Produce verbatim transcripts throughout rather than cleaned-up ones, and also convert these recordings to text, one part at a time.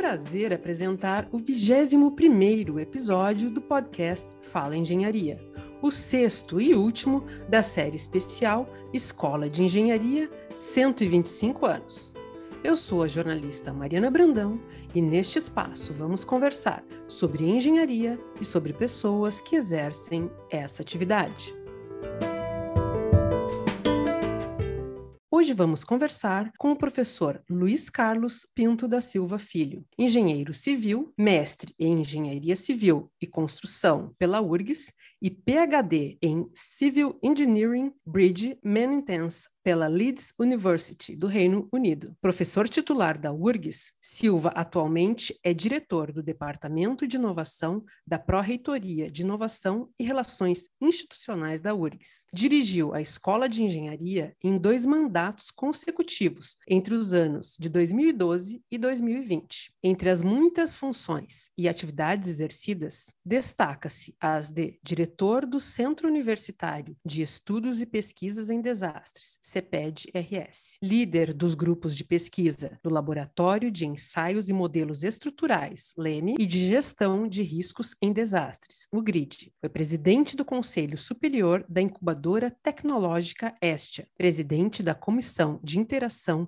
prazer apresentar o vigésimo primeiro episódio do podcast Fala Engenharia, o sexto e último da série especial Escola de Engenharia cento e vinte e cinco anos. Eu sou a jornalista Mariana Brandão e neste espaço vamos conversar sobre engenharia e sobre pessoas que exercem essa atividade. Hoje vamos conversar com o professor Luiz Carlos Pinto da Silva Filho, engenheiro civil, mestre em Engenharia Civil e Construção pela U R G S e P H D em Civil Engineering Bridge Maintenance pela Leeds University, do Reino Unido. Professor titular da U R G S, Silva atualmente é diretor do Departamento de Inovação da Pró-Reitoria de Inovação e Relações Institucionais da U R G S. Dirigiu a Escola de Engenharia em dois mandatos consecutivos, entre os anos de dois mil e doze e dois mil e vinte. Entre as muitas funções e atividades exercidas, destaca-se as de diretor do Centro Universitário de Estudos e Pesquisas em Desastres, CEPED-R S, líder dos grupos de pesquisa do Laboratório de Ensaios e Modelos Estruturais, LEME, e de Gestão de Riscos em Desastres, o GRID. Foi presidente do Conselho Superior da Incubadora Tecnológica Estia, presidente da Comissão de Interação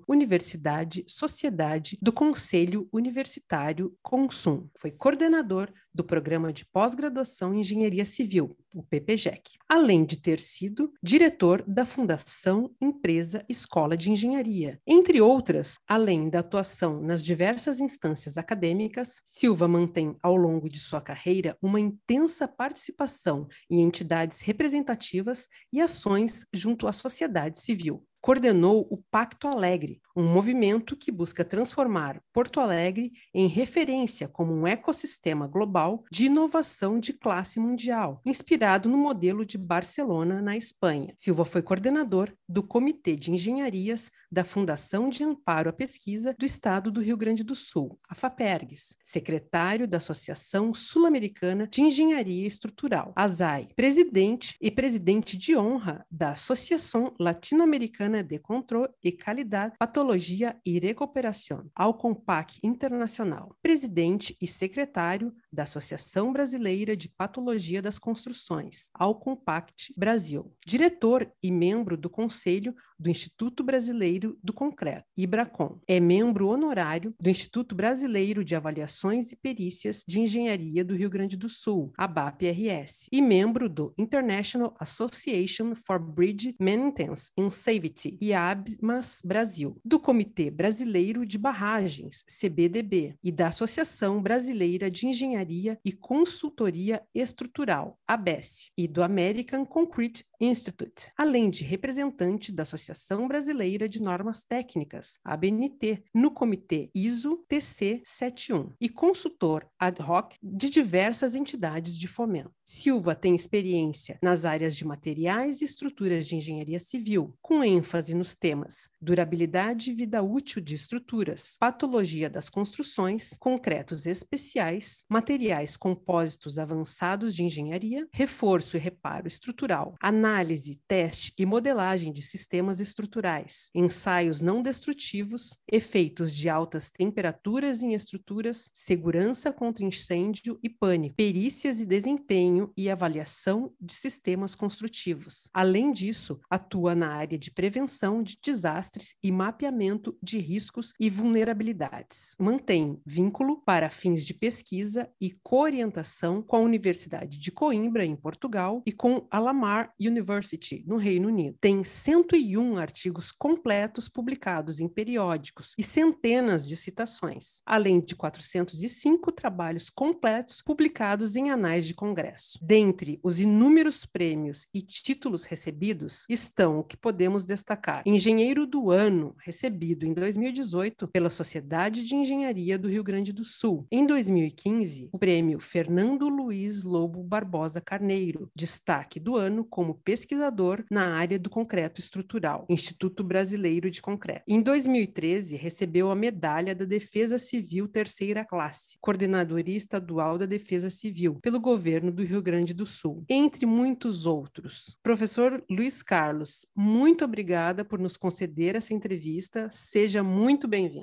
Universidade-Sociedade do Conselho Universitário CONSUM. Foi coordenador do Programa de Pós-Graduação em Engenharia Civil, o P P G E C, além de ter sido diretor da Fundação Empresa Escola de Engenharia. Entre outras, além da atuação nas diversas instâncias acadêmicas, Silva mantém ao longo de sua carreira uma intensa participação em entidades representativas e ações junto à sociedade civil. Coordenou o Pacto Alegre, um movimento que busca transformar Porto Alegre em referência como um ecossistema global de inovação de classe mundial, inspirado no modelo de Barcelona, na Espanha. Silva foi coordenador do Comitê de Engenharias da Fundação de Amparo à Pesquisa do Estado do Rio Grande do Sul, a FAPERGS, secretário da Associação Sul-Americana de Engenharia Estrutural, A S A I, presidente e presidente de honra da Associação Latino-Americana de Controle e Qualidade, Patologia e Recuperação, ao CONPAC Internacional, presidente e secretário da Associação Brasileira de Patologia das Construções, ao CONPACT Brasil, diretor e membro do Conselho do Instituto Brasileiro do Concreto, IBRACON. É membro honorário do Instituto Brasileiro de Avaliações e Perícias de Engenharia do Rio Grande do Sul, A B A P-R S, e membro do International Association for Bridge Maintenance and Safety, I A B M A S Brasil, do Comitê Brasileiro de Barragens, C B D B, e da Associação Brasileira de Engenharia e Consultoria Estrutural, A B E S, e do American Concrete Institute, além de representante da Associação Brasileira de Normas Técnicas, A B N T, no Comitê I S O T C setenta e um, e consultor ad hoc de diversas entidades de fomento. Silva tem experiência nas áreas de materiais e estruturas de engenharia civil, com ênfase nos temas durabilidade e vida útil de estruturas, patologia das construções, concretos especiais, materiais compósitos avançados de engenharia, reforço e reparo estrutural, análise, teste e modelagem de sistemas estruturais, ensaios não destrutivos, efeitos de altas temperaturas em estruturas, segurança contra incêndio e pânico, perícias e desempenho e avaliação de sistemas construtivos. Além disso, atua na área de prevenção de desastres e mapeamento de riscos e vulnerabilidades. Mantém vínculo para fins de pesquisa e coorientação com a Universidade de Coimbra, em Portugal, e com a Lamar University, no Reino Unido. Tem cento e um artigos completos publicados em periódicos e centenas de citações, além de quatrocentos e cinco trabalhos completos publicados em anais de congresso. Dentre os inúmeros prêmios e títulos recebidos estão o que podemos destacar: Engenheiro do Ano, recebido em dois mil e dezoito pela Sociedade de Engenharia do Rio Grande do Sul. Em dois mil e quinze, o prêmio Fernando Luiz Lobo Barbosa Carneiro, destaque do ano como pesquisador na área do concreto estrutural, Instituto Brasileiro de Concreto. Em dois mil e treze, recebeu a Medalha da Defesa Civil Terceira Classe, coordenadoria estadual da Defesa Civil, pelo governo do Rio Grande do Sul, entre muitos outros. Professor Luiz Carlos, muito obrigada por nos conceder essa entrevista. Seja muito bem-vindo.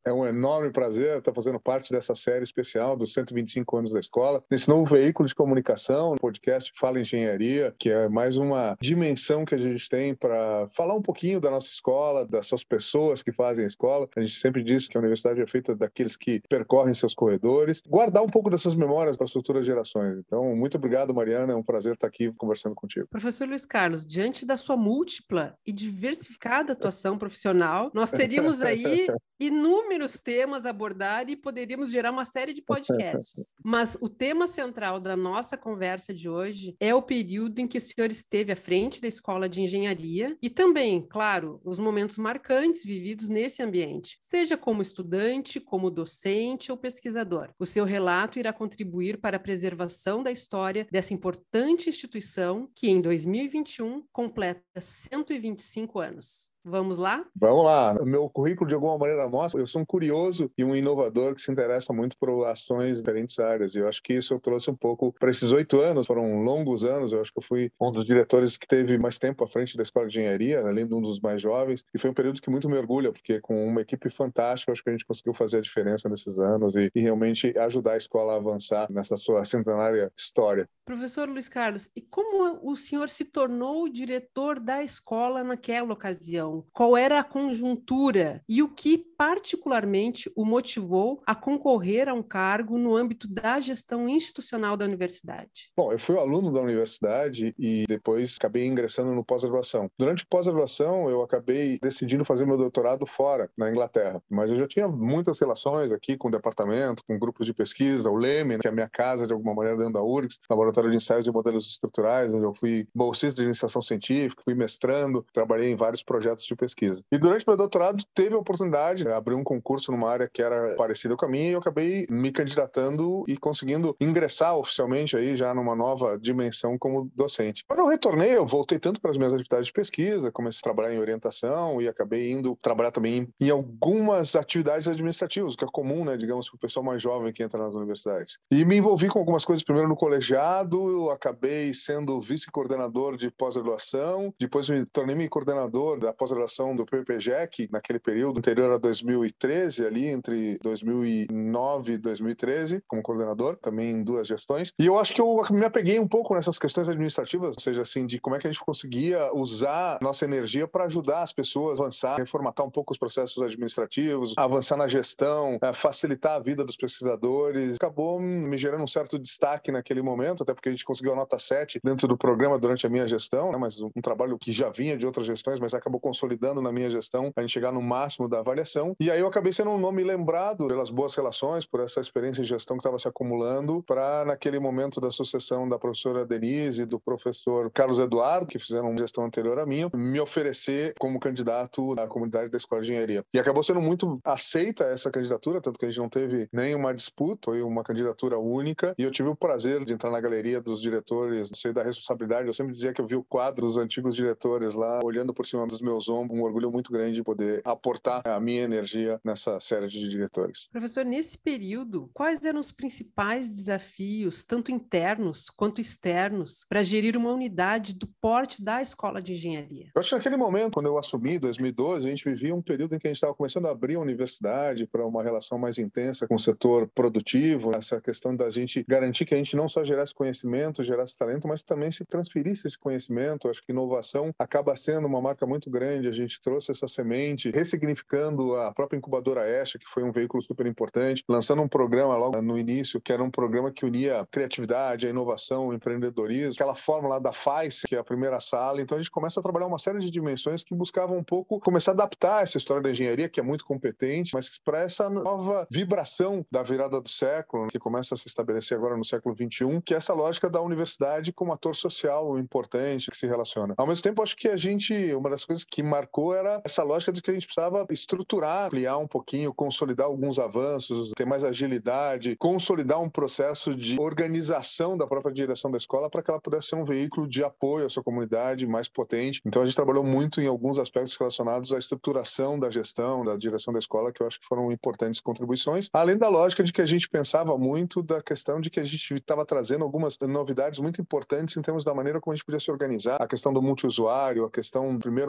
É um enorme prazer estar fazendo parte dessa série especial dos cento e vinte e cinco anos da escola, nesse novo veículo de comunicação, podcast Fala Engenharia, que é mais uma dimensão que a gente tem para falar um pouquinho da nossa escola, das suas pessoas que fazem a escola. A gente sempre diz que a universidade é feita daqueles que percorrem seus corredores, guardar um pouco dessas memórias para as futuras gerações. Então, muito obrigado, Mariana, é um prazer estar aqui conversando contigo. Professor Luiz Carlos, diante da sua múltipla e diversificada atuação profissional, nós teríamos aí inúmeros temas a abordar e poderíamos gerar uma série de podcasts. Mas o tema central da nossa conversa de hoje é o período em que o senhor esteve à frente da Escola de Engenharia e também, claro, os momentos marcantes vividos nesse ambiente, seja como estudante, como docente ou pesquisador. O seu relato irá contribuir para a preservação da história dessa importante instituição que, em dois mil e vinte e um, completa cento e vinte e cinco anos. Vamos lá? Vamos lá. O meu currículo, de alguma maneira, mostra. Eu sou um curioso e um inovador que se interessa muito por ações em diferentes áreas. E eu acho que isso eu trouxe um pouco para esses oito anos, foram longos anos. Eu acho que eu fui um dos diretores que teve mais tempo à frente da Escola de Engenharia, além de um dos mais jovens. E foi um período que muito me orgulha, porque com uma equipe fantástica, eu acho que a gente conseguiu fazer a diferença nesses anos e, e realmente ajudar a escola a avançar nessa sua centenária história. Professor Luiz Carlos, e como o senhor se tornou diretor da escola naquela ocasião? Qual era a conjuntura e o que particularmente o motivou a concorrer a um cargo no âmbito da gestão institucional da universidade? Bom, eu fui aluno da universidade e depois acabei ingressando no pós-graduação. Durante a pós-graduação, eu acabei decidindo fazer meu doutorado fora, na Inglaterra. Mas eu já tinha muitas relações aqui com o departamento, com grupos de pesquisa, o Leme, que é a minha casa, de alguma maneira, dentro da U R G S, Laboratório de Ensaios de Modelos Estruturais, onde eu fui bolsista de iniciação científica, fui mestrando, trabalhei em vários projetos de pesquisa. E durante meu doutorado, teve a oportunidade de abrir um concurso numa área que era parecida com a minha e eu acabei me candidatando e conseguindo ingressar oficialmente aí já numa nova dimensão como docente. Quando eu retornei, eu voltei tanto para as minhas atividades de pesquisa, comecei a trabalhar em orientação e acabei indo trabalhar também em algumas atividades administrativas, que é comum, né, digamos, para o pessoal mais jovem que entra nas universidades. E me envolvi com algumas coisas primeiro no colegiado, eu acabei sendo vice-coordenador de pós-graduação, depois me tornei coordenador da pós-graduação do P P G E C, naquele período anterior a dois mil e treze, ali entre dois mil e nove e dois mil e treze, como coordenador, também em duas gestões. E eu acho que eu me apeguei um pouco nessas questões administrativas, ou seja, assim, de como é que a gente conseguia usar nossa energia para ajudar as pessoas a avançar, reformatar um pouco os processos administrativos, avançar na gestão, facilitar a vida dos pesquisadores. Acabou me gerando um certo destaque naquele momento, até porque a gente conseguiu a nota sete dentro do programa durante a minha gestão, né, mas um, um trabalho que já vinha de outras gestões, mas acabou consolidando na minha gestão a gente chegar no máximo da avaliação. E aí eu acabei sendo um nome lembrado pelas boas relações, por essa experiência de gestão que estava se acumulando, para naquele momento da sucessão da professora Denise e do professor Carlos Eduardo, que fizeram uma gestão anterior à minha, me oferecer como candidato à comunidade da Escola de Engenharia. E acabou sendo muito aceita essa candidatura, tanto que a gente não teve nenhuma disputa, foi uma candidatura única, e eu tive o prazer de entrar na galeria dos diretores, não sei da responsabilidade, eu sempre dizia que eu vi o quadro dos antigos diretores lá, olhando por cima dos meus ombros, um orgulho muito grande de poder aportar a minha energia nessa série de diretores. Professor, nesse período, quais eram os principais desafios, tanto internos quanto externos, para gerir uma unidade do porte da Escola de Engenharia? Eu acho que naquele momento, quando eu assumi, em dois mil e doze, a gente vivia um período em que a gente estava começando a abrir a universidade para uma relação mais intensa com o setor produtivo, essa questão da gente garantir que a gente não só gerasse conhecimento, gerasse talento, mas também se transferisse esse conhecimento. Eu acho que inovação acaba sendo uma marca muito grande. A gente trouxe essa semente, ressignificando a própria incubadora ESHA, que foi um veículo super importante, lançando um programa logo no início, que era um programa que unia a criatividade, a inovação, o empreendedorismo, aquela fórmula da F A I C, que é a primeira sala. Então a gente começa a trabalhar uma série de dimensões que buscavam um pouco começar a adaptar essa história da engenharia, que é muito competente, mas para essa nova vibração da virada do século, que começa a se estabelecer agora no século vinte e um, que é essa lógica da universidade como ator social importante que se relaciona. Ao mesmo tempo, acho que a gente, uma das coisas que marcou era essa lógica de que a gente precisava estruturar, ampliar um pouquinho, consolidar alguns avanços, ter mais agilidade, consolidar um processo de organização da própria direção da escola para que ela pudesse ser um veículo de apoio à sua comunidade mais potente. Então a gente trabalhou muito em alguns aspectos relacionados à estruturação da gestão, da direção da escola, que eu acho que foram importantes contribuições, além da lógica de que a gente pensava muito da questão de que a gente estava trazendo algumas novidades muito importantes em termos da maneira como a gente podia se organizar, a questão do multiusuário, a questão, primeiro, maker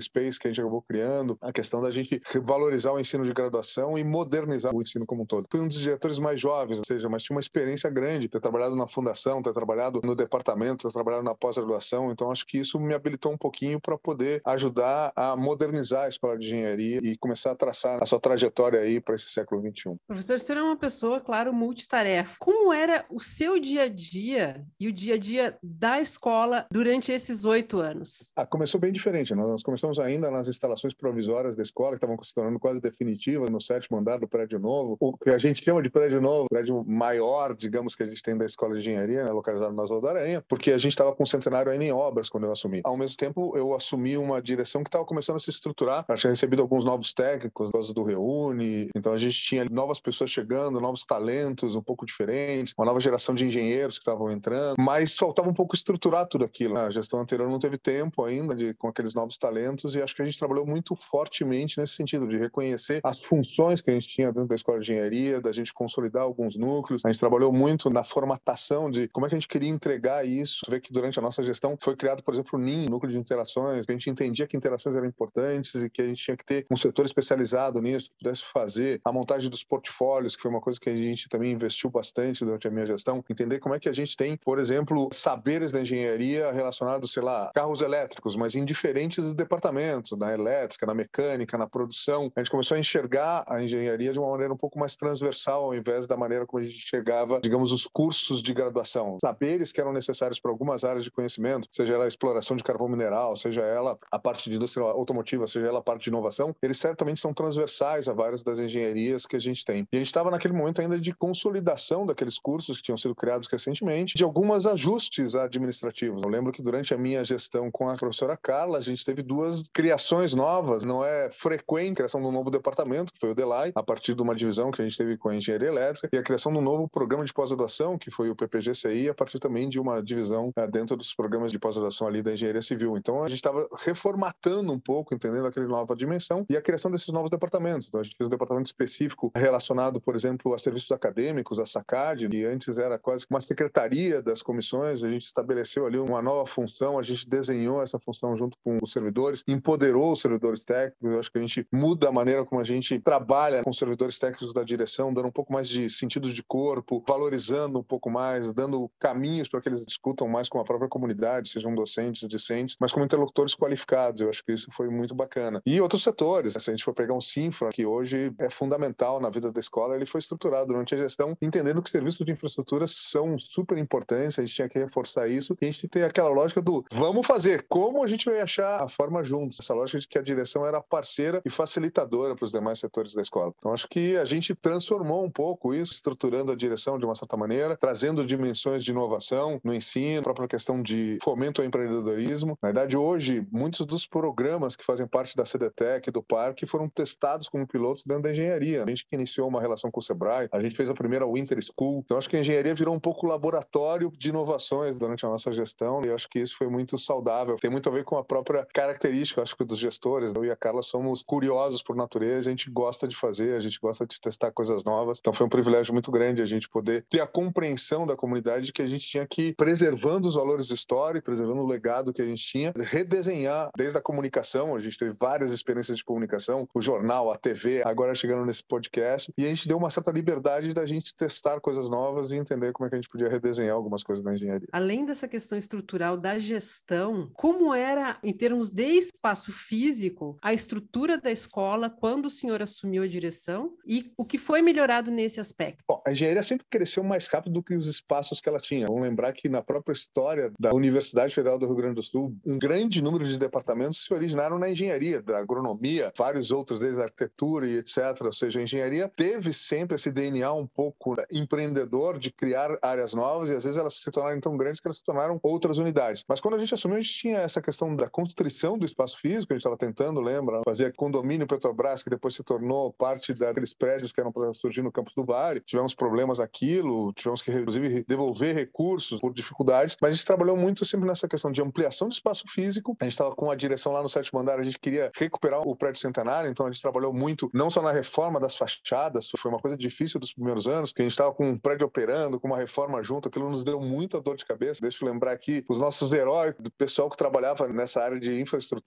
Makerspace que a gente acabou criando, a questão da gente valorizar o ensino de graduação e modernizar o ensino como um todo. Fui um dos diretores mais jovens, ou seja, mas tinha uma experiência grande, ter trabalhado na fundação, ter trabalhado no departamento, ter trabalhado na pós-graduação, então acho que isso me habilitou um pouquinho para poder ajudar a modernizar a escola de engenharia e começar a traçar a sua trajetória aí para esse século vinte e um. Professor, o senhor é uma pessoa, claro, multitarefa. Como era o seu dia a dia e o dia a dia da escola durante esses oito anos? Ah, começou bem diferente. Nós começamos ainda nas instalações provisórias da escola, que estavam se tornando quase definitivas, no sétimo andar do prédio novo. O que a gente chama de prédio novo, prédio maior, digamos, que a gente tem da escola de engenharia, né, localizado na Oswaldo Aranha, porque a gente estava com o centenário ainda em obras quando eu assumi. Ao mesmo tempo, eu assumi uma direção que estava começando a se estruturar. Eu tinha recebido alguns novos técnicos, por causa do Reúne, então a gente tinha novas pessoas chegando, novos talentos um pouco diferentes, uma nova geração de engenheiros que estavam entrando, mas faltava um pouco estruturar tudo aquilo. A gestão anterior não teve tempo ainda de, com aqueles novos talentos, e acho que a gente trabalhou muito fortemente nesse sentido, de reconhecer as funções que a gente tinha dentro da escola de engenharia, da gente consolidar alguns núcleos. A gente trabalhou muito na formatação de como é que a gente queria entregar isso. Você vê que durante a nossa gestão foi criado, por exemplo, o N I M, Núcleo de Interações, que a gente entendia que interações eram importantes e que a gente tinha que ter um setor especializado nisso, que pudesse fazer a montagem dos portfólios, que foi uma coisa que a gente também investiu bastante durante a minha gestão, entender como é que a gente tem, por exemplo, saberes da engenharia relacionados, sei lá, carros elétricos, mas em diferentes departamentos, na elétrica, na mecânica, na produção. A gente começou a enxergar a engenharia de uma maneira um pouco mais transversal, ao invés da maneira como a gente enxergava, digamos, os cursos de graduação. Saberes que eram necessários para algumas áreas de conhecimento, seja ela a exploração de carvão mineral, seja ela a parte de indústria automotiva, seja ela a parte de inovação, eles certamente são transversais a várias das engenharias que a gente tem. E a gente estava naquele momento ainda de consolidação daqueles cursos que tinham sido criados recentemente, de alguns ajustes administrativos. Eu lembro que durante a minha gestão com a professora Carla, a gente teve duas criações novas. Não é frequente a criação de um novo departamento, que foi o DELAI, a partir de uma divisão que a gente teve com a engenharia elétrica, e a criação de um novo programa de pós-graduação, que foi o P P G C I, a partir também de uma divisão uh, dentro dos programas de pós-graduação ali da engenharia civil. Então, a gente estava reformatando um pouco, entendendo aquela nova dimensão, e a criação desses novos departamentos. Então, a gente fez um departamento específico relacionado, por exemplo, a serviços acadêmicos, a SACAD, que antes era quase uma secretaria das comissões. A gente estabeleceu ali uma nova função, a gente desenhou essa função junto com os servidores, empoderou os servidores técnicos. Eu acho que a gente muda a maneira como a gente trabalha com os servidores técnicos da direção, dando um pouco mais de sentido de corpo, valorizando um pouco mais, dando caminhos para que eles discutam mais com a própria comunidade, sejam docentes e discentes, mas como interlocutores qualificados. Eu acho que isso foi muito bacana. E outros setores, se a gente for pegar um Sinfra, que hoje é fundamental na vida da escola, ele foi estruturado durante a gestão, entendendo que serviços de infraestrutura são super importantes, a gente tinha que reforçar isso, e a gente tem aquela lógica do vamos fazer, como a gente vai achar a forma juntos, essa lógica de que a direção era parceira e facilitadora para os demais setores da escola. Então acho que a gente transformou um pouco isso, estruturando a direção de uma certa maneira, trazendo dimensões de inovação no ensino, a própria questão de fomento ao empreendedorismo. Na verdade, hoje, muitos dos programas que fazem parte da CDTEC, do Parque, foram testados como pilotos dentro da engenharia. A gente que iniciou uma relação com o Sebrae, a gente fez a primeira Winter School. Então acho que a engenharia virou um pouco laboratório de inovações durante a nossa gestão, e eu acho que isso foi muito saudável. Tem muito a ver com a própria característica, acho que dos gestores. Eu e a Carla somos curiosos por natureza, a gente gosta de fazer, a gente gosta de testar coisas novas. Então foi um privilégio muito grande a gente poder ter a compreensão da comunidade de que a gente tinha que ir preservando os valores históricos, preservando o legado que a gente tinha, redesenhar desde a comunicação. A gente teve várias experiências de comunicação, o jornal, a T V, agora chegando nesse podcast, e a gente deu uma certa liberdade da gente testar coisas novas e entender como é que a gente podia redesenhar algumas coisas da engenharia. Além dessa questão estrutural da gestão, como era, em termos de espaço físico, a estrutura da escola quando o senhor assumiu a direção e o que foi melhorado nesse aspecto? Bom, a engenharia sempre cresceu mais rápido do que os espaços que ela tinha. Vamos lembrar que na própria história da Universidade Federal do Rio Grande do Sul, um grande número de departamentos se originaram na engenharia, da agronomia, vários outros, desde a arquitetura e etcétera. Ou seja, a engenharia teve sempre esse D N A um pouco empreendedor de criar áreas novas, e às vezes elas se tornaram tão grandes que elas se tornaram outras unidades. Mas quando a gente assumiu, a gente tinha essa questão da constrição do espaço físico, a gente estava tentando, lembra, fazer condomínio Petrobras, que depois se tornou parte daqueles prédios que eram para surgir no campus do Vale. Tivemos problemas naquilo, tivemos que, inclusive, devolver recursos por dificuldades, mas a gente trabalhou muito sempre nessa questão de ampliação do espaço físico. A gente estava com a direção lá no sétimo andar, a gente queria recuperar o prédio centenário, então a gente trabalhou muito, não só na reforma das fachadas, foi uma coisa difícil dos primeiros anos, porque a gente estava com um prédio operando, com uma reforma junto, aquilo nos deu muita dor de cabeça. Deixa eu lembrar aqui os nossos heróis, do pessoal que trabalhava nessa área de infraestrutura,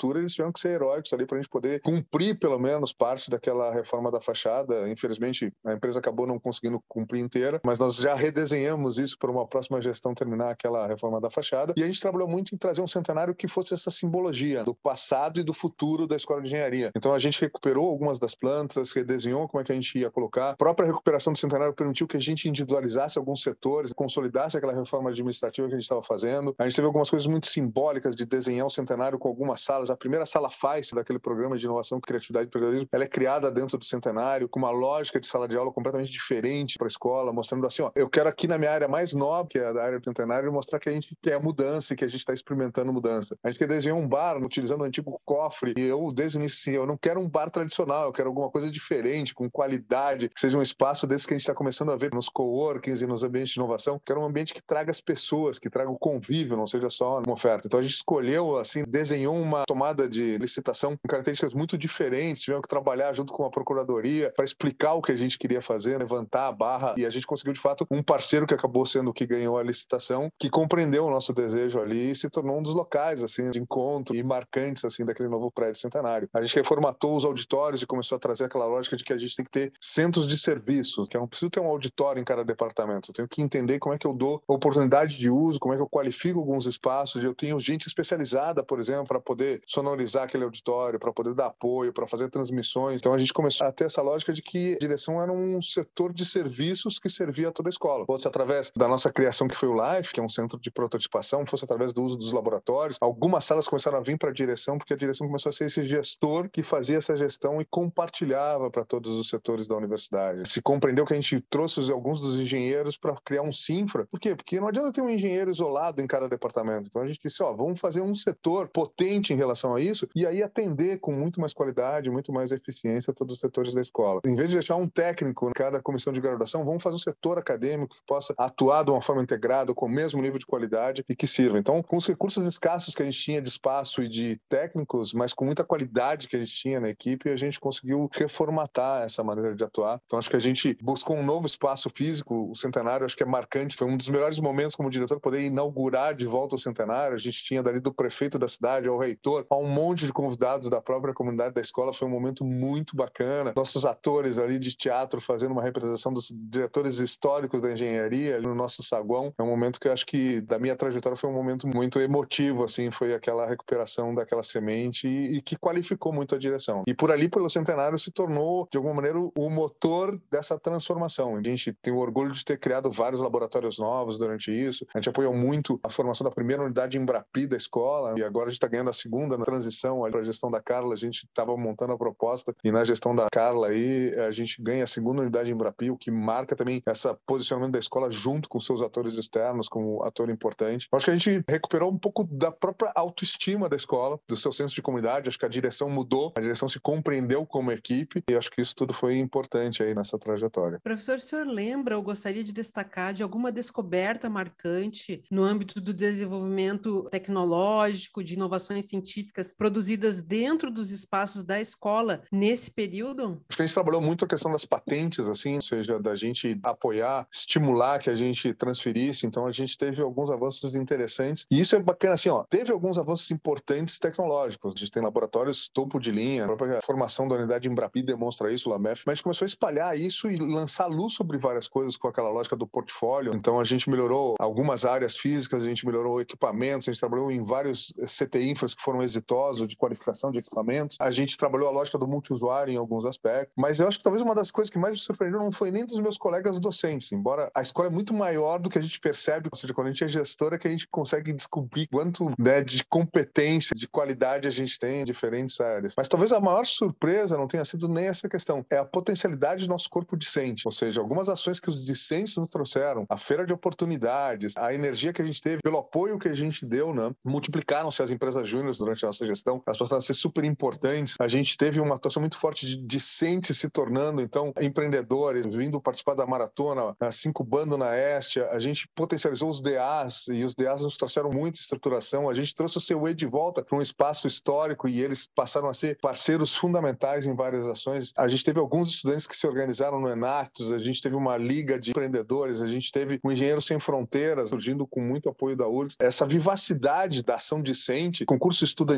prefeitura, eles tiveram que ser heróicos ali para a gente poder cumprir pelo menos parte daquela reforma da fachada. Infelizmente, a empresa acabou não conseguindo cumprir inteira, mas nós já redesenhamos isso para uma próxima gestão terminar aquela reforma da fachada. E a gente trabalhou muito em trazer um centenário que fosse essa simbologia do passado e do futuro da Escola de Engenharia. Então a gente recuperou algumas das plantas, redesenhou como é que a gente ia colocar. A própria recuperação do centenário permitiu que a gente individualizasse alguns setores, consolidasse aquela reforma administrativa que a gente estava fazendo. A gente teve algumas coisas muito simbólicas de desenhar o centenário com algumas salas. A primeira sala F A I C daquele programa de inovação, criatividade e empreendedorismo, ela é criada dentro do centenário, com uma lógica de sala de aula completamente diferente para a escola, mostrando assim, ó, eu quero aqui na minha área mais nobre, que é a da área do centenário, mostrar que a gente quer mudança e que a gente está experimentando mudança. A gente quer desenhar um bar utilizando o antigo cofre, e eu, desde o início, assim, eu não quero um bar tradicional, eu quero alguma coisa diferente, com qualidade, que seja um espaço desse que a gente está começando a ver nos coworkings e nos ambientes de inovação. Quero um ambiente que traga as pessoas, que traga o convívio, não seja só uma oferta. Então a gente escolheu, assim, desenhou uma tomada de licitação com características muito diferentes, tivemos que trabalhar junto com a procuradoria para explicar o que a gente queria fazer, levantar a barra, e a gente conseguiu, de fato, um parceiro que acabou sendo o que ganhou a licitação, que compreendeu o nosso desejo ali e se tornou um dos locais, assim, de encontro e marcantes, assim, daquele novo prédio centenário. A gente reformatou os auditórios e começou a trazer aquela lógica de que a gente tem que ter centros de serviços, que eu não preciso ter um auditório em cada departamento, eu tenho que entender como é que eu dou oportunidade de uso, como é que eu qualifico alguns espaços, eu tenho gente especializada, por exemplo, para poder sonorizar aquele auditório, para poder dar apoio, para fazer transmissões. Então a gente começou a ter essa lógica de que a direção era um setor de serviços que servia a toda a escola. Fosse através da nossa criação, que foi o LIFE, que é um centro de prototipação, fosse através do uso dos laboratórios. Algumas salas começaram a vir para a direção, porque a direção começou a ser esse gestor que fazia essa gestão e compartilhava para todos os setores da universidade. Se compreendeu que a gente trouxe alguns dos engenheiros para criar um CINFRA. Por quê? Porque não adianta ter um engenheiro isolado em cada departamento. Então a gente disse, ó, vamos fazer um setor potente em relação a isso e aí atender com muito mais qualidade, muito mais eficiência todos os setores da escola. Em vez de deixar um técnico em cada comissão de graduação, vamos fazer um setor acadêmico que possa atuar de uma forma integrada, com o mesmo nível de qualidade e que sirva. Então, com os recursos escassos que a gente tinha de espaço e de técnicos, mas com muita qualidade que a gente tinha na equipe, a gente conseguiu reformatar essa maneira de atuar. Então, acho que a gente buscou um novo espaço físico. O centenário, acho que é marcante. Foi um dos melhores momentos como diretor poder inaugurar de volta o centenário. A gente tinha dali do prefeito da cidade ao reitor, a um monte de convidados da própria comunidade da escola. Foi um momento muito bacana. Nossos atores ali de teatro fazendo uma representação dos diretores históricos da engenharia ali no nosso saguão. É um momento que eu acho que da minha trajetória foi um momento muito emotivo, assim, foi aquela recuperação daquela semente e, e que qualificou muito a direção. E por ali, pelo centenário, se tornou, de alguma maneira, o motor dessa transformação. A gente tem o orgulho de ter criado vários laboratórios novos durante isso. A gente apoiou muito a formação da primeira unidade Embrapi da escola e agora a gente está ganhando a segunda na transição para a gestão da Carla. A gente estava montando a proposta e na gestão da Carla aí a gente ganha a segunda unidade Embrapi, o que marca também esse posicionamento da escola junto com seus atores externos como ator importante. Acho que a gente recuperou um pouco da própria autoestima da escola, do seu senso de comunidade. Acho que a direção mudou, a direção se compreendeu como equipe e acho que isso tudo foi importante aí nessa trajetória. Professor, o senhor lembra ou gostaria de destacar de alguma descoberta marcante no âmbito do desenvolvimento tecnológico, de inovações científicas produzidas dentro dos espaços da escola nesse período? Acho que a gente trabalhou muito a questão das patentes, assim, ou seja, da gente apoiar, estimular que a gente transferisse. Então a gente teve alguns avanços interessantes e isso é bacana, assim, ó, teve alguns avanços importantes tecnológicos. A gente tem laboratórios topo de linha, a própria formação da unidade Embrapi demonstra isso, o LAMEF, mas a gente começou a espalhar isso e lançar luz sobre várias coisas com aquela lógica do portfólio. Então a gente melhorou algumas áreas físicas, a gente melhorou equipamentos, a gente trabalhou em vários C T infras que foram exitosos de qualificação de equipamentos. A gente trabalhou a lógica do multiusuário em alguns aspectos, mas eu acho que talvez uma das coisas que mais me surpreendeu não foi nem dos meus colegas docentes, embora a escola é muito maior do que a gente percebe, ou seja, quando a gente é gestora, que a gente consegue descobrir quanto, né, de competência, de qualidade a gente tem em diferentes áreas. Mas talvez a maior surpresa não tenha sido nem essa questão, é a potencialidade do nosso corpo discente, ou seja, algumas ações que os discentes nos trouxeram, a feira de oportunidades, a energia que a gente teve, pelo apoio que a gente deu, né, multiplicaram-se as empresas júniores durante a nossa gestão, elas passaram a ser super importantes. A gente teve uma atuação muito forte de discentes se tornando, então, empreendedores, vindo participar da maratona, se incubando na Estia. A gente potencializou os D As e os D As nos trouxeram muita estruturação. A gente trouxe o C U E de volta para um espaço histórico e eles passaram a ser parceiros fundamentais em várias ações. A gente teve alguns estudantes que se organizaram no Enactus, a gente teve uma liga de empreendedores, a gente teve o Engenheiro Sem Fronteiras surgindo com muito apoio da U R G S. Essa vivacidade da ação discente, concurso estudantil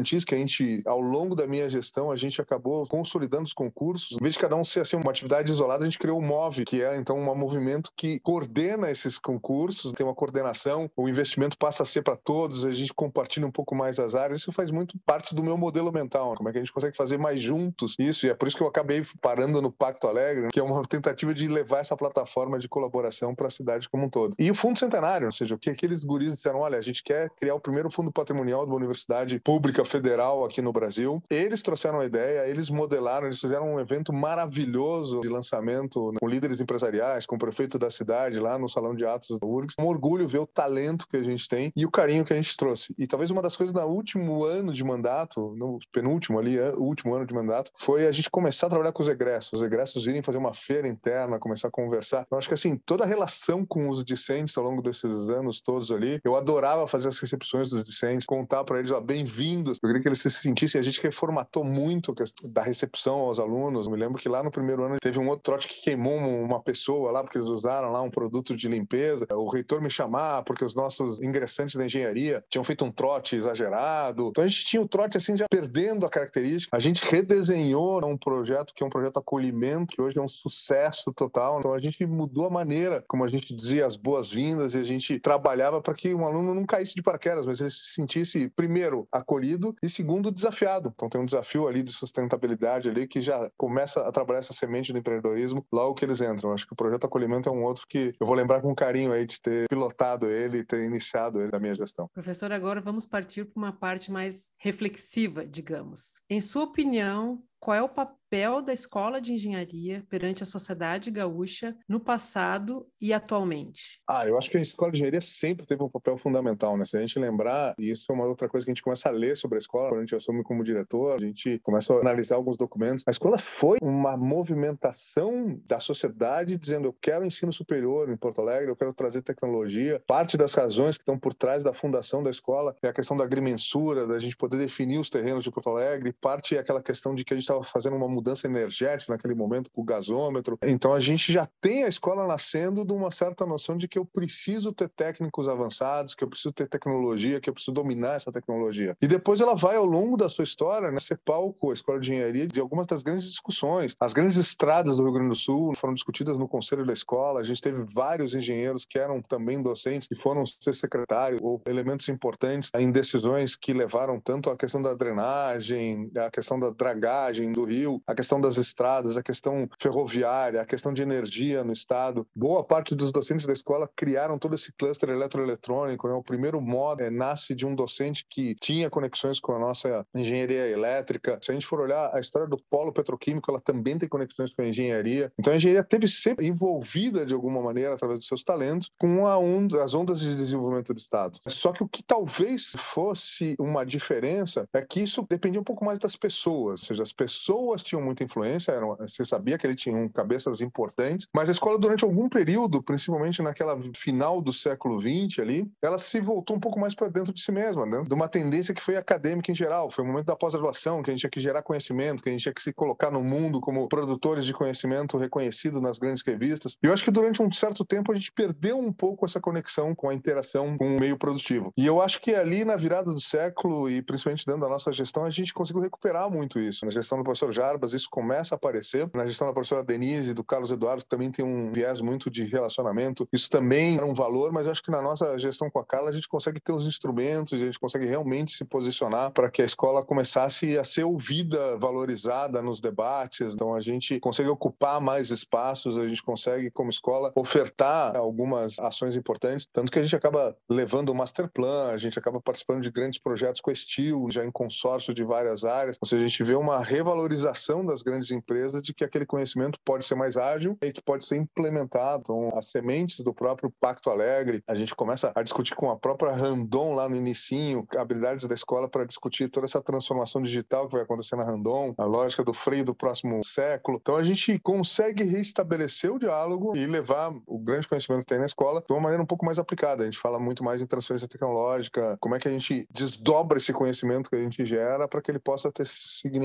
estudantis que a gente, ao longo da minha gestão, a gente acabou consolidando os concursos. Em vez de cada um ser assim, uma atividade isolada, a gente criou o MOVE, que é então um movimento que coordena esses concursos, tem uma coordenação, o investimento passa a ser para todos, a gente compartilha um pouco mais as áreas. Isso faz muito parte do meu modelo mental, como é que a gente consegue fazer mais juntos isso, e é por isso que eu acabei parando no Pacto Alegre, que é uma tentativa de levar essa plataforma de colaboração para a cidade como um todo. E o Fundo Centenário, ou seja, o que aqueles guris disseram, olha, a gente quer criar o primeiro fundo patrimonial de uma universidade pública federal aqui no Brasil. Eles trouxeram a ideia, eles modelaram, eles fizeram um evento maravilhoso de lançamento com líderes empresariais, com o prefeito da cidade lá no Salão de Atos do U R G S. É um orgulho ver o talento que a gente tem e o carinho que a gente trouxe. E talvez uma das coisas no último ano de mandato, no penúltimo ali, o último ano de mandato, foi a gente começar a trabalhar com os egressos. Os egressos irem fazer uma feira interna, começar a conversar. Eu acho que assim, toda a relação com os discentes ao longo desses anos todos ali, eu adorava fazer as recepções dos discentes, contar para eles, ó, bem-vindos. Eu queria que eles se sentissem, a gente reformatou muito da recepção aos alunos. Eu me lembro que lá no primeiro ano teve um outro trote que queimou uma pessoa lá, porque eles usaram lá um produto de limpeza. O reitor me chamar, porque os nossos ingressantes da engenharia tinham feito um trote exagerado. Então a gente tinha o trote assim, já perdendo a característica. A gente redesenhou um projeto que é um projeto acolhimento, que hoje é um sucesso total. Então a gente mudou a maneira como a gente dizia as boas-vindas e a gente trabalhava para que um aluno não caísse de paraquedas, mas ele se sentisse, primeiro, acolhido e, segundo, desafiado. Então tem um desafio ali de sustentabilidade ali que já começa a trabalhar essa semente do empreendedorismo logo que eles entram. Eu acho que o projeto acolhimento é um outro que eu vou lembrar com carinho aí de ter pilotado ele e ter iniciado ele da minha gestão. Professor, agora vamos partir para uma parte mais reflexiva, digamos. Em sua opinião, qual é o papel da escola de engenharia perante a sociedade gaúcha no passado e atualmente? Ah, eu acho que a escola de engenharia sempre teve um papel fundamental, né? Se a gente lembrar, e isso é uma outra coisa que a gente começa a ler sobre a escola, quando a gente assume como diretor, a gente começa a analisar alguns documentos. A escola foi uma movimentação da sociedade dizendo, eu quero ensino superior em Porto Alegre, eu quero trazer tecnologia. Parte das razões que estão por trás da fundação da escola é a questão da agrimensura, da gente poder definir os terrenos de Porto Alegre. Parte é aquela questão de que a gente estava fazendo uma mudança energética naquele momento com o gasômetro. Então a gente já tem a escola nascendo de uma certa noção de que eu preciso ter técnicos avançados, que eu preciso ter tecnologia, que eu preciso dominar essa tecnologia. E depois ela vai, ao longo da sua história, né, ser palco, a escola de engenharia, de algumas das grandes discussões. As grandes estradas do Rio Grande do Sul foram discutidas no conselho da escola. A gente teve vários engenheiros que eram também docentes e foram ser secretários ou elementos importantes em decisões que levaram tanto à questão da drenagem, a questão da dragagem do rio, a questão das estradas, a questão ferroviária, a questão de energia no estado. Boa parte dos docentes da escola criaram todo esse cluster eletroeletrônico, né? O primeiro módulo é, nasce de um docente que tinha conexões com a nossa engenharia elétrica. Se a gente for olhar a história do polo petroquímico, ela também tem conexões com a engenharia. Então a engenharia teve sempre envolvida de alguma maneira, através dos seus talentos, com a onda, as ondas de desenvolvimento do estado. Só que o que talvez fosse uma diferença é que isso dependia um pouco mais das pessoas, ou seja, as pessoas tinham muita influência, eram, você sabia que eles tinham cabeças importantes, mas a escola durante algum período, principalmente naquela final do século vinte ali, ela se voltou um pouco mais para dentro de si mesma, né? De uma tendência que foi acadêmica em geral, foi o momento da pós-graduação, que a gente tinha que gerar conhecimento, que a gente tinha que se colocar no mundo como produtores de conhecimento reconhecido nas grandes revistas. E eu acho que durante um certo tempo a gente perdeu um pouco essa conexão com a interação com o meio produtivo. E eu acho que ali na virada do século e principalmente dentro da nossa gestão, a gente conseguiu recuperar muito isso. Na gestão do professor Jarbas, isso começa a aparecer. Na gestão da professora Denise e do Carlos Eduardo, que também tem um viés muito de relacionamento, isso também era um valor, mas eu acho que na nossa gestão com a Carla, a gente consegue ter os instrumentos e a gente consegue realmente se posicionar para que a escola começasse a ser ouvida, valorizada nos debates. Então a gente consegue ocupar mais espaços, a gente consegue, como escola, ofertar algumas ações importantes, tanto que a gente acaba levando o master plan, a gente acaba participando de grandes projetos com a Steel, já em consórcio de várias áreas, ou seja, a gente vê uma revalorização das grandes empresas de que aquele conhecimento pode ser mais ágil e que pode ser implementado. Então, as sementes do próprio Pacto Alegre, a gente começa a discutir com a própria Randon lá no inicinho, habilidades da escola para discutir toda essa transformação digital que vai acontecer na Randon, a lógica do freio do próximo século. Então, a gente consegue reestabelecer o diálogo e levar o grande conhecimento que tem na escola de uma maneira um pouco mais aplicada. A gente fala muito mais em transferência tecnológica, como é que a gente desdobra esse conhecimento que a gente gera para que ele possa ter significado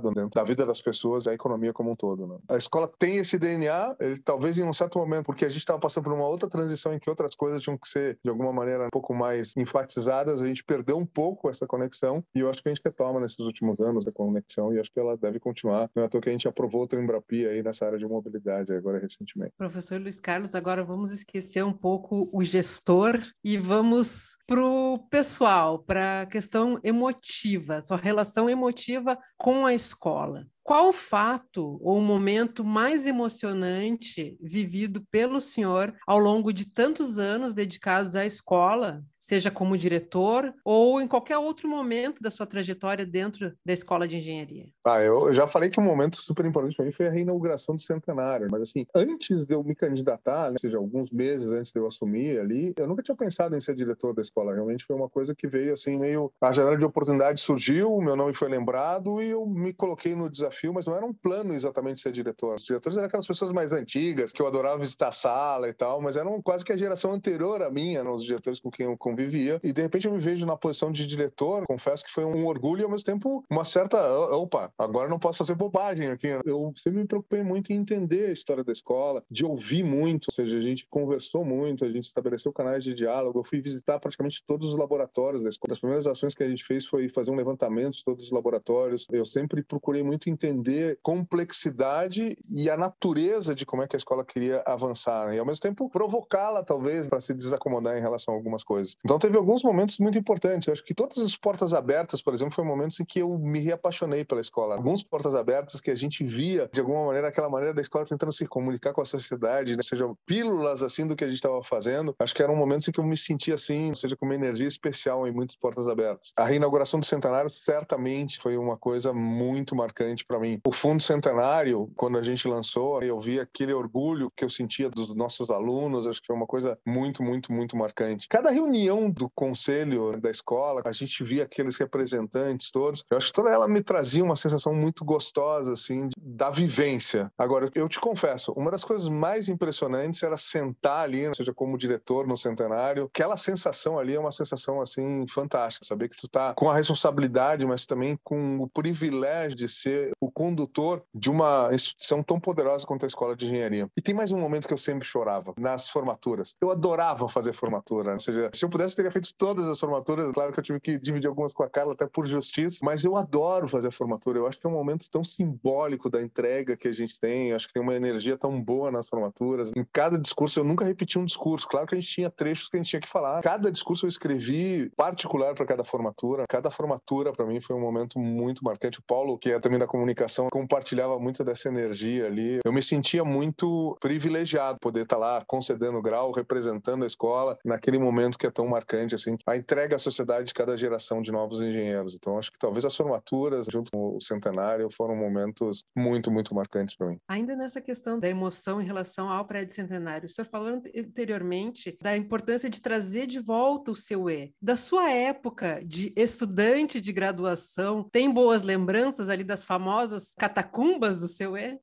agregado dentro da vida das pessoas e a economia como um todo, né? A escola tem esse D N A, ele, talvez em um certo momento, porque a gente estava passando por uma outra transição em que outras coisas tinham que ser, de alguma maneira, um pouco mais enfatizadas, a gente perdeu um pouco essa conexão e eu acho que a gente retoma nesses últimos anos a conexão e acho que ela deve continuar. Não é à toa que a gente aprovou o Embrapi aí nessa área de mobilidade agora recentemente. Professor Luiz Carlos, agora vamos esquecer um pouco o gestor e vamos para o pessoal, para a questão emotiva, sua relação emotiva com a escola. Qual o fato ou o momento mais emocionante vivido pelo senhor ao longo de tantos anos dedicados à escola, seja como diretor ou em qualquer outro momento da sua trajetória dentro da Escola de Engenharia? Ah, eu já falei que um momento super importante para mim foi a reinauguração do centenário, mas assim, antes de eu me candidatar, né, ou seja, alguns meses antes de eu assumir ali, eu nunca tinha pensado em ser diretor da escola. Realmente foi uma coisa que veio assim meio, a janela de oportunidade surgiu, meu nome foi lembrado e eu me coloquei no desafio, mas não era um plano exatamente ser diretor. Os diretores eram aquelas pessoas mais antigas, que eu adorava visitar a sala e tal, mas eram quase que a geração anterior à minha, né, os diretores com quem eu convivia, e de repente eu me vejo na posição de diretor. Confesso que foi um orgulho e ao mesmo tempo uma certa, opa, agora não posso fazer bobagem aqui. Eu sempre me preocupei muito em entender a história da escola, de ouvir muito, ou seja, a gente conversou muito, a gente estabeleceu canais de diálogo, eu fui visitar praticamente todos os laboratórios da escola. As primeiras ações que a gente fez foi fazer um levantamento de todos os laboratórios. Eu sempre procurei muito entender complexidade e a natureza de como é que a escola queria avançar, né? E ao mesmo tempo provocá-la, talvez, para se desacomodar em relação a algumas coisas. Então teve alguns momentos muito importantes. Eu acho que todas as portas abertas, por exemplo, foram momentos em que eu me reapaixonei pela escola. Alguns portas abertas que a gente via, de alguma maneira, aquela maneira da escola tentando se comunicar com a sociedade, né? Sejam pílulas, assim, do que a gente estava fazendo. Acho que eram momentos em que eu me sentia, assim, ou seja, com uma energia especial em muitas portas abertas. A reinauguração do centenário, certamente, foi uma coisa muito marcante para mim. O Fundo Centenário, quando a gente lançou, eu vi aquele orgulho que eu sentia dos nossos alunos, acho que foi uma coisa muito, muito, muito marcante. Cada reunião do conselho da escola, a gente via aqueles representantes todos, eu acho que toda ela me trazia uma sensação muito gostosa, assim, da vivência. Agora, eu te confesso, uma das coisas mais impressionantes era sentar ali, seja como diretor no centenário, aquela sensação ali é uma sensação, assim, fantástica, saber que tu tá com a responsabilidade, mas também com o privilégio de ser o condutor de uma instituição tão poderosa quanto a Escola de Engenharia. E tem mais um momento que eu sempre chorava, nas formaturas. Eu adorava fazer formatura, ou seja, se eu pudesse, teria feito todas as formaturas. Claro que eu tive que dividir algumas com a Carla, até por justiça, mas eu adoro fazer a formatura. Eu acho que é um momento tão simbólico da entrega que a gente tem, eu acho que tem uma energia tão boa nas formaturas. Em cada discurso, eu nunca repeti um discurso. Claro que a gente tinha trechos que a gente tinha que falar. Cada discurso eu escrevi particular para cada formatura. Cada formatura, para mim, foi um momento muito marcante. O Paulo, que é também da comunicação, compartilhava muito dessa energia ali. Eu me sentia muito privilegiado poder estar lá concedendo grau, representando a escola naquele momento que é tão marcante, assim, a entrega à sociedade de cada geração de novos engenheiros. Então, acho que talvez as formaturas, junto com o centenário, foram momentos muito, muito marcantes para mim. Ainda nessa questão da emoção em relação ao prédio centenário, o senhor falou anteriormente da importância de trazer de volta o seu E. Da sua época de estudante de graduação, tem boas lembranças ali das famosas catacumbas do seu E?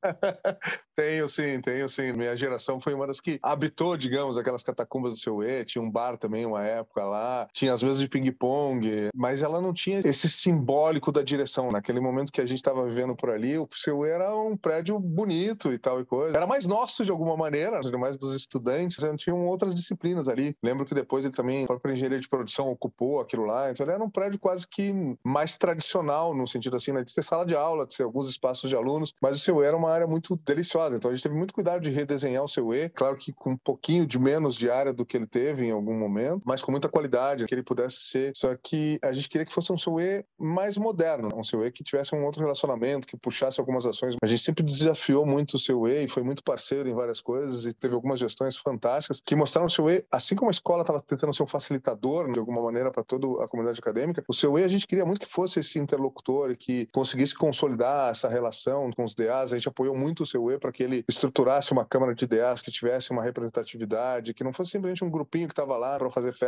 Tenho sim, tenho sim. Minha geração foi uma das que habitou, digamos, aquelas catacumbas do seu E. Tinha um bar também, uma época lá. Tinha as mesas de ping-pong, mas ela não tinha esse simbólico da direção. Naquele momento que a gente estava vivendo por ali, o seu E era um prédio bonito e tal e coisa. Era mais nosso de alguma maneira, mais dos estudantes. Tinham outras disciplinas ali. Lembro que depois ele também, a própria engenharia de produção ocupou aquilo lá. Então ele era um prédio quase que mais tradicional, no sentido assim, né, de ter sala de aula, de ter alguns espaços de alunos, mas o seu E era uma área muito deliciosa. Então a gente teve muito cuidado de redesenhar o seu E, claro que com um pouquinho de menos de área do que ele teve em algum momento, mas com muita qualidade, que ele pudesse ser. Só que a gente queria que fosse um seu E mais moderno, um seu E que tivesse um outro relacionamento, que puxasse algumas ações. A gente sempre desafiou muito o seu E e foi muito parceiro em várias coisas e teve algumas gestões fantásticas que mostraram o seu E, assim como a escola estava tentando ser um facilitador de alguma maneira para toda a comunidade acadêmica, o seu E a gente queria muito que fosse esse interlocutor e que conseguisse consolidar essa relação com os D As. A gente apoiou muito o seu E para que ele estruturasse uma câmara de D As que tivesse uma representatividade, que não fosse simplesmente um grupinho que estava lá para fazer festa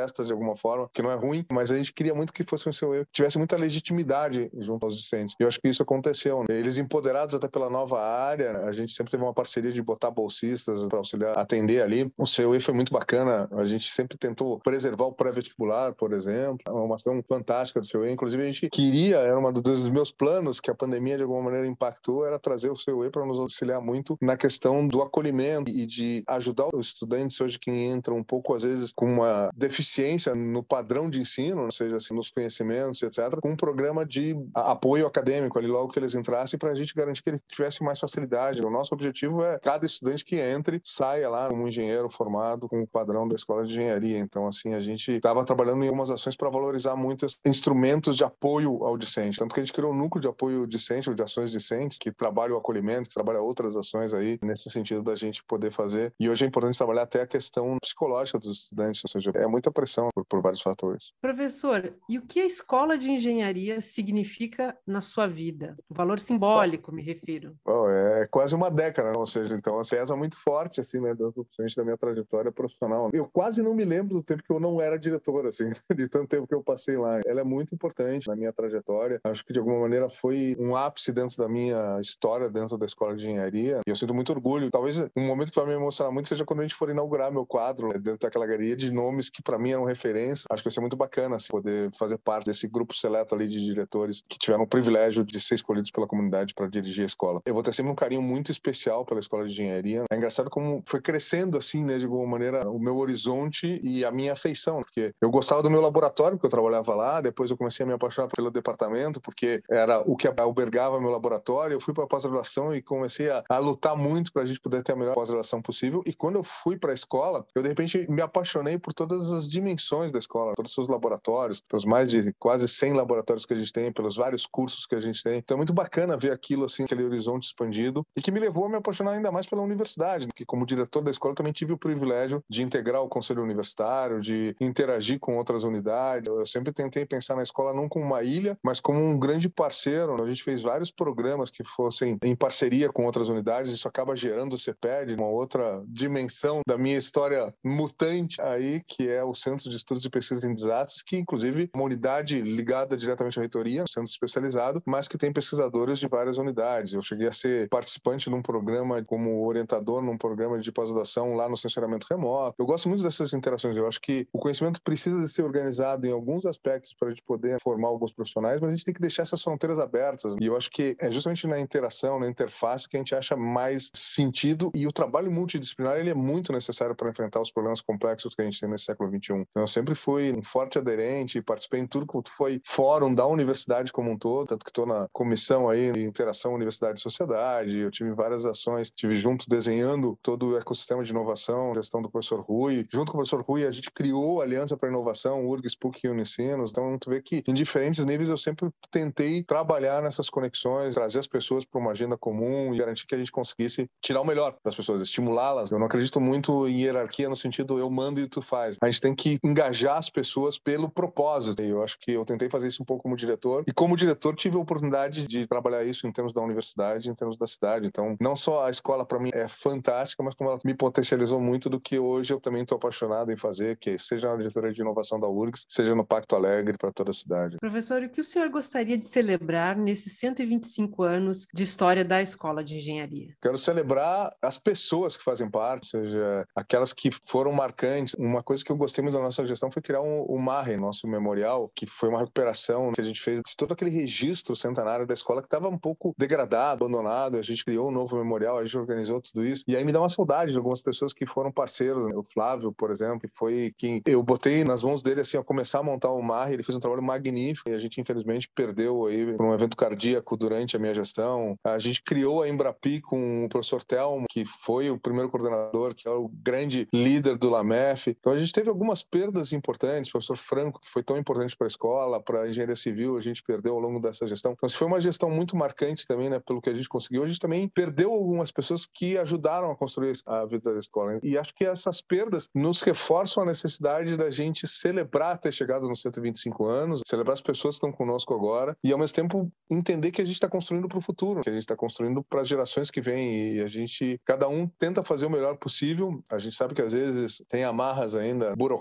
festas de alguma forma, que não é ruim, mas a gente queria muito que fosse um C E U que tivesse muita legitimidade junto aos discentes. E eu acho que isso aconteceu, né? Eles empoderados até pela nova área, a gente sempre teve uma parceria de botar bolsistas para auxiliar, atender ali. O C E U foi muito bacana, a gente sempre tentou preservar o pré-vestibular, por exemplo, é uma ação fantástica do C E U. Inclusive, a gente queria, era um dos meus planos, que a pandemia de alguma maneira impactou, era trazer o C E U para nos auxiliar muito na questão do acolhimento e de ajudar os estudantes hoje que entram um pouco, às vezes, com uma deficiência no padrão de ensino, ou seja, assim, nos conhecimentos, etcétera, com um programa de apoio acadêmico ali logo que eles entrassem, para a gente garantir que eles tivessem mais facilidade. O nosso objetivo é cada estudante que entre saia lá como um engenheiro formado com o padrão da escola de engenharia. Então, assim, a gente estava trabalhando em algumas ações para valorizar muito os instrumentos de apoio ao discente. Tanto que a gente criou um núcleo de apoio discente, ou de ações discentes, que trabalha o acolhimento, que trabalha outras ações aí, nesse sentido da gente poder fazer. E hoje é importante trabalhar até a questão psicológica dos estudantes, ou seja, é muita pressão por, por vários fatores. Professor, e o que a escola de engenharia significa na sua vida? O valor simbólico, me refiro. Oh, é quase uma década, né? Ou seja, então pesa muito forte, assim, né, principalmente da minha trajetória profissional. Eu quase não me lembro do tempo que eu não era diretor, assim, de tanto tempo que eu passei lá. Ela é muito importante na minha trajetória. Acho que, de alguma maneira, foi um ápice dentro da minha história, dentro da escola de engenharia. E eu sinto muito orgulho. Talvez um momento que vai me emocionar muito seja quando a gente for inaugurar meu quadro, né, dentro daquela galeria de nomes que, para mim, eram referência. Acho que vai ser muito bacana, assim, poder fazer parte desse grupo seleto ali de diretores que tiveram o privilégio de ser escolhidos pela comunidade para dirigir a escola. Eu vou ter sempre um carinho muito especial pela escola de engenharia. É engraçado como foi crescendo, assim, né, de alguma maneira, o meu horizonte e a minha afeição, porque eu gostava do meu laboratório, porque eu trabalhava lá, depois eu comecei a me apaixonar pelo departamento, porque era o que albergava meu laboratório. Eu fui para a pós-graduação e comecei a, a lutar muito para a gente poder ter a melhor pós-graduação possível. E quando eu fui para a escola, eu de repente me apaixonei por todas as dimensões da escola, todos os seus laboratórios, pelos mais de quase cem laboratórios que a gente tem, pelos vários cursos que a gente tem. Então é muito bacana ver aquilo, assim, aquele horizonte expandido, e que me levou a me apaixonar ainda mais pela universidade, porque como diretor da escola eu também tive o privilégio de integrar o conselho universitário, de interagir com outras unidades. Eu sempre tentei pensar na escola não como uma ilha, mas como um grande parceiro. A gente fez vários programas que fossem em parceria com outras unidades. Isso acaba gerando o CEPED, uma outra dimensão da minha história mutante aí, que é o Centro de Estudos e Pesquisas em Desastres, que inclusive é uma unidade ligada diretamente à reitoria, um centro especializado, mas que tem pesquisadores de várias unidades. Eu cheguei a ser participante num programa como orientador num programa de pós-graduação lá no censuramento remoto. Eu gosto muito dessas interações. Eu acho que o conhecimento precisa de ser organizado em alguns aspectos para a gente poder formar alguns profissionais, mas a gente tem que deixar essas fronteiras abertas. E eu acho que é justamente na interação, na interface, que a gente acha mais sentido, e o trabalho multidisciplinar ele é muito necessário para enfrentar os problemas complexos que a gente tem nesse século vinte e um. Então eu sempre fui um forte aderente, participei em tudo que foi fórum da universidade como um todo, tanto que estou na comissão aí de interação universidade e sociedade. Eu tive várias ações, tive junto desenhando todo o ecossistema de inovação, gestão do professor Rui. Junto com o professor Rui, a gente criou a Aliança para a Inovação, U R G S, P U C e Unicinos. Então, tu vê que em diferentes níveis eu sempre tentei trabalhar nessas conexões, trazer as pessoas para uma agenda comum e garantir que a gente conseguisse tirar o melhor das pessoas, estimulá-las. Eu não acredito muito em hierarquia no sentido eu mando e tu faz. A gente tem que engajar as pessoas pelo propósito. E eu acho que eu tentei fazer isso um pouco como diretor. E como diretor tive a oportunidade de trabalhar isso em termos da universidade, em termos da cidade. Então, não só a escola para mim é fantástica, mas como ela me potencializou muito do que hoje eu também estou apaixonado em fazer, que seja na diretoria de inovação da U R G S, seja no Pacto Alegre para toda a cidade. Professor, o que o senhor gostaria de celebrar nesses cento e vinte e cinco anos de história da Escola de Engenharia? Quero celebrar as pessoas que fazem parte, ou seja, aquelas que foram marcantes. Uma coisa que eu gostei muito da nossa gestão foi criar um, o MARRE, nosso memorial, que foi uma recuperação que a gente fez de todo aquele registro centenário da escola que estava um pouco degradado, abandonado. A gente criou um novo memorial, a gente organizou tudo isso. E aí me dá uma saudade de algumas pessoas que foram parceiros. O Flávio, por exemplo, que foi quem eu botei nas mãos dele assim, a começar a montar o MARRE. Ele fez um trabalho magnífico e a gente infelizmente perdeu aí por um evento cardíaco durante a minha gestão. A gente criou a Embrapi com o professor Telmo, que foi o primeiro coordenador, que é o grande líder do LAMEF. Então a gente teve algumas perdas importantes. O professor Franco, que foi tão importante para a escola, para a engenharia civil, a gente perdeu ao longo dessa gestão. Então foi uma gestão muito marcante também, né, pelo que a gente conseguiu. A gente também perdeu algumas pessoas que ajudaram a construir a vida da escola. E acho que essas perdas nos reforçam a necessidade da gente celebrar ter chegado nos cento e vinte e cinco anos, celebrar as pessoas que estão conosco agora e, ao mesmo tempo, entender que a gente está construindo para o futuro, que a gente está construindo para as gerações que vêm, e a gente, cada um tenta fazer o melhor possível. A gente sabe que às vezes tem amarras ainda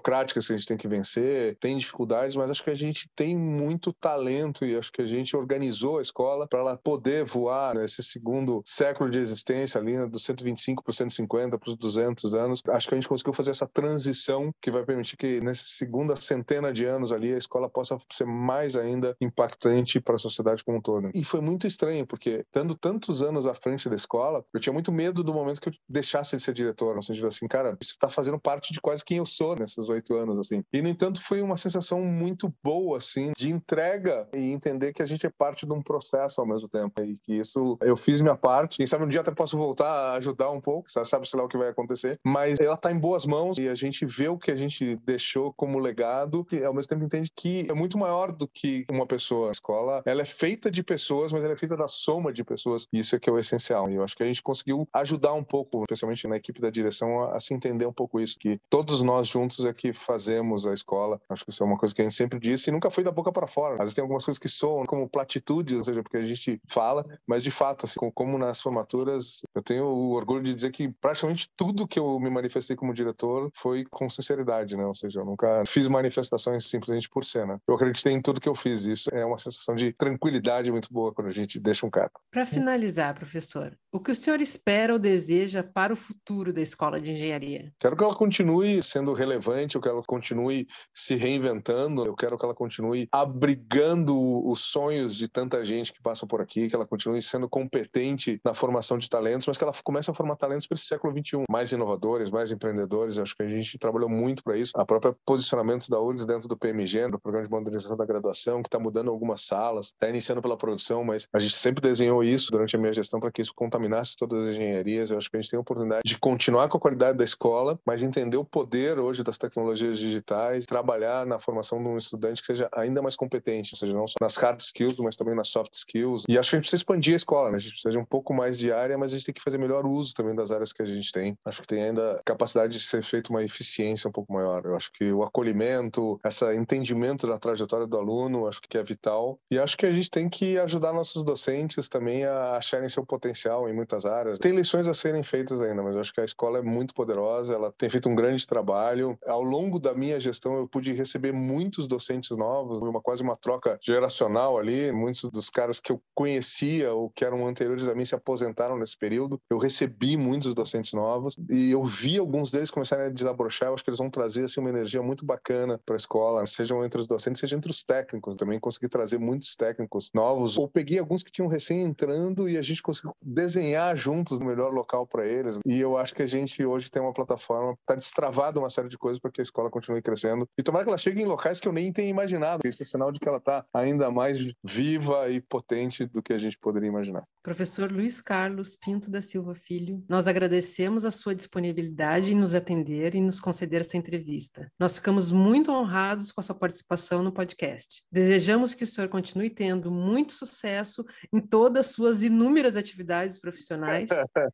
burocráticas que a gente tem que vencer, tem dificuldades, mas acho que a gente tem muito talento e acho que a gente organizou a escola para ela poder voar nesse segundo século de existência ali, né, dos cento e vinte e cinco para os cento e cinquenta, para os duzentos anos. Acho que a gente conseguiu fazer essa transição que vai permitir que nessa segunda centena de anos ali a escola possa ser mais ainda impactante para a sociedade como um todo. E foi muito estranho, porque estando tantos anos à frente da escola, eu tinha muito medo do momento que eu deixasse de ser diretor, no sentido assim, cara, isso está fazendo parte de quase quem eu sou nesses oito anos, assim. E, no entanto, foi uma sensação muito boa, assim, de entrega e entender que a gente é parte de um processo ao mesmo tempo. E que isso, eu fiz minha parte. Quem sabe um dia até posso voltar a ajudar um pouco, sabe-se lá o que vai acontecer. Mas ela está em boas mãos e a gente vê o que a gente deixou como legado e, ao mesmo tempo, entende que é muito maior do que uma pessoa. A escola, ela é feita de pessoas, mas ela é feita da soma de pessoas. E isso é que é o essencial. E eu acho que a gente conseguiu ajudar um pouco, especialmente na equipe da direção, a, a se entender um pouco isso, que todos nós juntos é que fazemos a escola. Acho que isso é uma coisa que a gente sempre disse e nunca foi da boca para fora. Às vezes tem algumas coisas que soam como platitudes, ou seja, porque a gente fala, mas de fato, assim, como nas formaturas, eu tenho o orgulho de dizer que praticamente tudo que eu me manifestei como diretor foi com sinceridade, né? Ou seja, eu nunca fiz manifestações simplesmente por cena. Eu acreditei em tudo que eu fiz. Isso é uma sensação de tranquilidade muito boa quando a gente deixa um cargo. Para finalizar, professor, o que o senhor espera ou deseja para o futuro da Escola de Engenharia? Quero que ela continue sendo relevante, eu quero que ela continue se reinventando, eu quero que ela continue abrigando os sonhos de tanta gente que passa por aqui, que ela continue sendo competente na formação de talentos, mas que ela comece a formar talentos para esse século vinte e um, mais inovadores, mais empreendedores. Eu acho que a gente trabalhou muito para isso. A própria posicionamento da U R G S dentro do P M G, do Programa de Modernização da Graduação, que está mudando algumas salas, está iniciando pela produção, mas a gente sempre desenhou isso durante a minha gestão para que isso contaminasse todas as engenharias. Eu acho que a gente tem a oportunidade de continuar com a qualidade da escola, mas entender o poder hoje das tecnologias digitais, trabalhar na formação de um estudante que seja ainda mais competente, ou seja, não só nas hard skills, mas também nas soft skills. E acho que a gente precisa expandir a escola, né? A gente precisa de um pouco mais de área, mas a gente tem que fazer melhor uso também das áreas que a gente tem. Acho que tem ainda capacidade de ser feita uma eficiência um pouco maior. Eu acho que o acolhimento, esse entendimento da trajetória do aluno, acho que é vital. E acho que a gente tem que ajudar nossos docentes também a acharem seu potencial em muitas áreas. Tem lições a serem feitas ainda, mas eu acho que a escola é muito poderosa, ela tem feito um grande trabalho. Ao longo da minha gestão, eu pude receber muitos docentes novos, uma quase uma troca geracional ali. Muitos dos caras que eu conhecia ou que eram anteriores a mim se aposentaram nesse período. Eu recebi muitos docentes novos e eu vi alguns deles começarem a desabrochar. Eu acho que eles vão trazer assim, uma energia muito bacana para a escola, sejam entre os docentes, seja entre os técnicos. Também consegui trazer muitos técnicos novos. Ou peguei alguns que tinham recém entrando e a gente conseguiu desenhar juntos o melhor local para eles. E eu acho que a gente hoje tem uma plataforma, está destravado uma série de coisas para que a escola continue crescendo. E tomara que ela chegue em locais que eu nem tenha imaginado. Isso é sinal de que ela está ainda mais viva e potente do que a gente poderia imaginar. Professor Luiz Carlos Pinto da Silva Filho, nós agradecemos a sua disponibilidade em nos atender e nos conceder essa entrevista. Nós ficamos muito honrados com a sua participação no podcast. Desejamos que o senhor continue tendo muito sucesso em todas as suas inúmeras atividades profissionais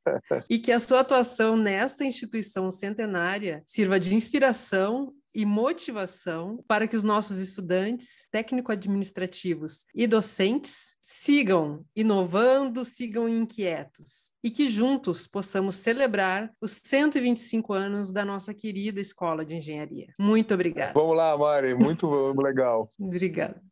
e que a sua atuação nesta instituição centenária sirva de inspiração e motivação para que os nossos estudantes, técnico-administrativos e docentes sigam inovando, sigam inquietos e que juntos possamos celebrar os cento e vinte e cinco anos da nossa querida Escola de Engenharia. Muito obrigada. Vamos lá, Mari, muito legal. Obrigada.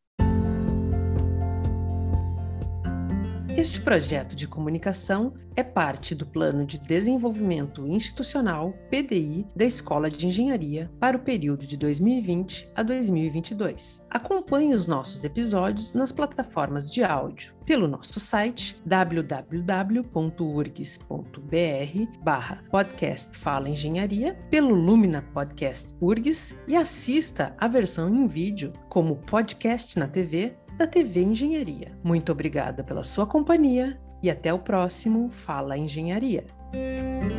Este projeto de comunicação é parte do Plano de Desenvolvimento Institucional, P D I, da Escola de Engenharia para o período de dois mil e vinte a dois mil e vinte e dois. Acompanhe os nossos episódios nas plataformas de áudio, pelo nosso site w w w ponto u r g s ponto b r barra podcast Fala Engenharia, pelo Lumina Podcast U R G S e assista a versão em vídeo como podcast na T V da T V Engenharia. Muito obrigada pela sua companhia e até o próximo Fala Engenharia.